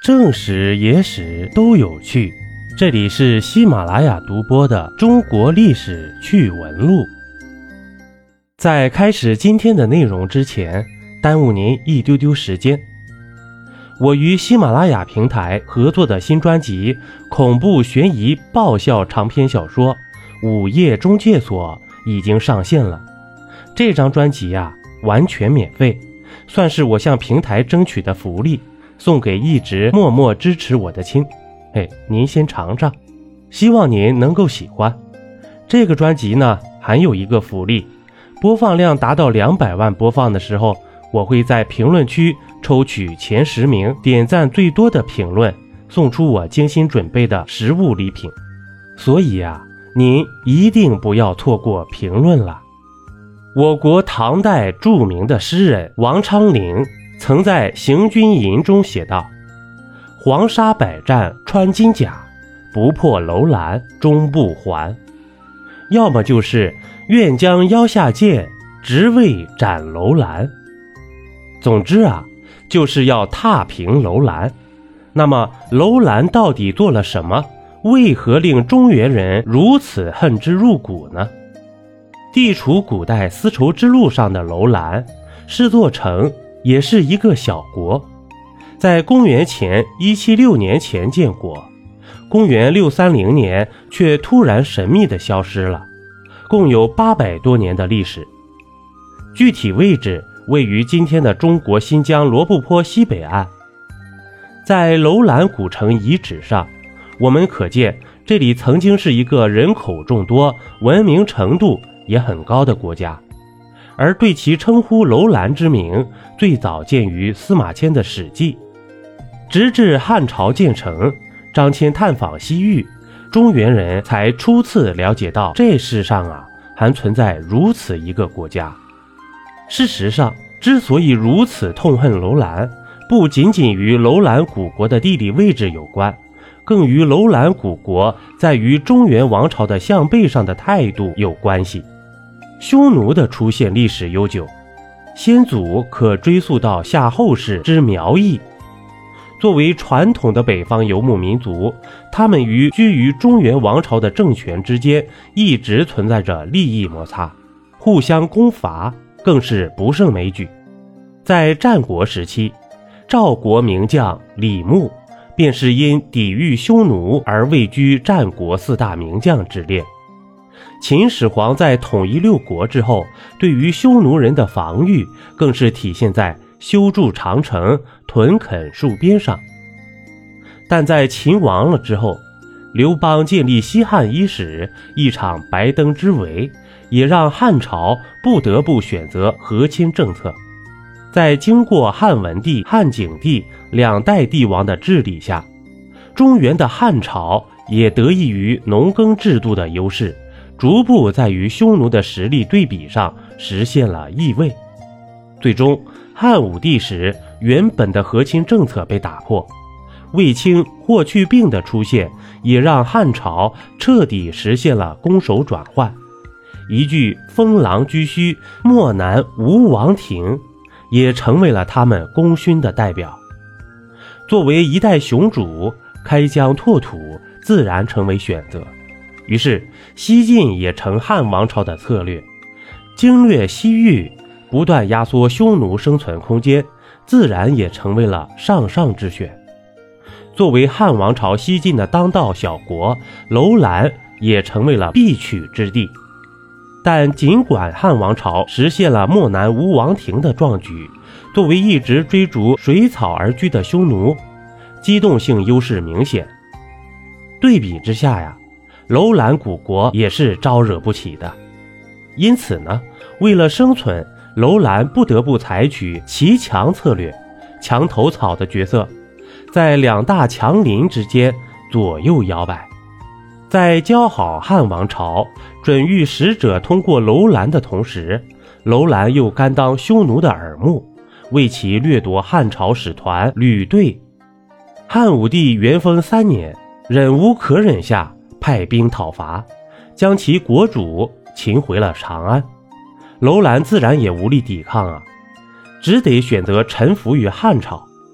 正史野史都有趣，这里是喜马拉雅独播的中国历史趣闻录。在开始今天的内容之前，耽误您一丢丢时间。我与喜马拉雅平台合作的新专辑恐怖悬疑爆笑长篇小说《午夜中介所》已经上线了。这张专辑完全免费，算是我向平台争取的福利，送给一直默默支持我的亲。您先尝尝，希望您能够喜欢。这个专辑呢，还有一个福利，播放量达到200万播放的时候，我会在评论区抽取前10名点赞最多的评论，送出我精心准备的实物礼品。所以您一定不要错过评论了。我国唐代著名的诗人王昌龄曾在《行军吟》中写道：黄沙百战穿金甲，不破楼兰终不还。要么就是愿将腰下剑，直为斩楼兰。总之就是要踏平楼兰。那么楼兰到底做了什么？为何令中原人如此恨之入骨呢？地处古代丝绸之路上的楼兰是座城，也是一个小国，在公元前176年前建国，公元630年却突然神秘地消失了，共有800多年的历史。具体位置位于今天的中国新疆罗布泊西北岸。在楼兰古城遗址上，我们可见这里曾经是一个人口众多、文明程度也很高的国家，而对其称呼楼兰之名最早见于司马迁的《史记》。直至汉朝建成，张骞探访西域，中原人才初次了解到这世上还存在如此一个国家。事实上，之所以如此痛恨楼兰，不仅仅与楼兰古国的地理位置有关，更与楼兰古国在于中原王朝的向背上的态度有关系。匈奴的出现历史悠久，先祖可追溯到夏后氏之苗裔。作为传统的北方游牧民族，他们居于中原王朝的政权之间一直存在着利益摩擦，互相攻伐更是不胜枚举。在战国时期，赵国名将李牧便是因抵御匈奴而位居战国4大名将之列。秦始皇在统一6国之后，对于匈奴人的防御更是体现在修筑长城、屯垦戍边上。但在秦亡了之后，刘邦建立西汉伊始，一场白登之围也让汉朝不得不选择和亲政策。在经过汉文帝、汉景帝2代帝王的治理下，中原的汉朝也得益于农耕制度的优势，逐步在与匈奴的实力对比上实现了易位。最终汉武帝时，原本的和亲政策被打破，卫青、霍去病的出现也让汉朝彻底实现了攻守转换。一句封狼居胥，漠南无王庭也成为了他们功勋的代表。作为一代雄主，开疆拓土自然成为选择，于是西进也成汉王朝的策略。经略西域，不断压缩匈奴生存空间，自然也成为了上之选。作为汉王朝西进的当道小国，楼兰也成为了必取之地。但尽管汉王朝实现了漠南无王庭的壮举，作为一直追逐水草而居的匈奴，机动性优势明显。对比之下楼兰古国也是招惹不起的。因此呢，为了生存，楼兰不得不采取骑墙策略，墙头草的角色，在2大强邻之间左右摇摆。在交好汉王朝准谕使者通过楼兰的同时，楼兰又甘当匈奴的耳目，为其掠夺汉朝使团旅队。汉武帝元丰3年，忍无可忍下，派兵讨伐，将其国主擒回了长安。楼兰自然也无力抵抗只得选择臣服于汉朝。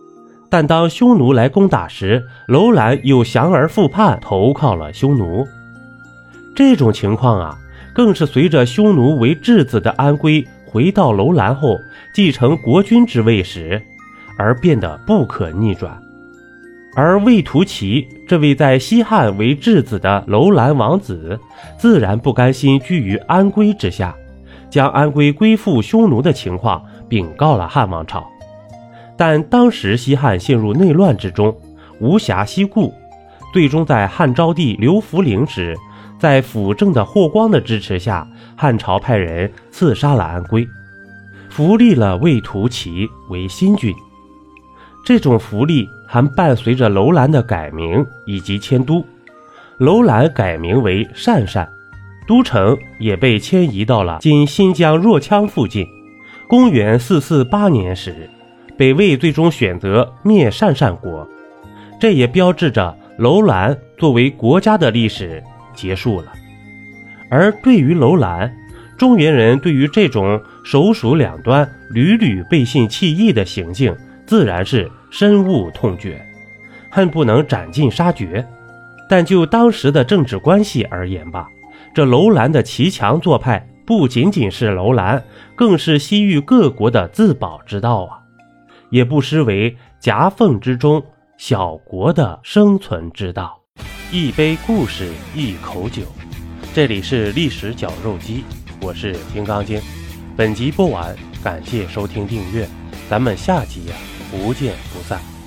但当匈奴来攻打时，楼兰又降而复叛，投靠了匈奴。这种情况啊，更是随着匈奴为质子的安归回到楼兰后，继承国君之位时，而变得不可逆转。而魏屠齐这位在西汉为质子的楼兰王子，自然不甘心居于安归之下，将安归归附匈奴的情况禀告了汉王朝。但当时西汉陷入内乱之中，无暇西顾，最终在汉昭帝刘弗陵时，在辅政的霍光的支持下，汉朝派人刺杀了安归，扶立了魏屠齐为新君。这种扶立还伴随着楼兰的改名以及迁都，楼兰改名为鄯善，都城也被迁移到了今新疆若羌附近。公元448年时，北魏最终选择灭鄯善国，这也标志着楼兰作为国家的历史结束了。而对于楼兰，中原人对于这种首鼠两端、屡屡背信弃义的行径，自然是深恶痛绝，恨不能斩尽杀绝。但就当时的政治关系而言吧，这楼兰的骑墙做派不仅仅是楼兰，更是西域各国的自保之道啊，也不失为夹缝之中小国的生存之道。一杯故事，一口酒，这里是历史绞肉机，我是金刚经。本集播完，感谢收听订阅，咱们下集不见不散。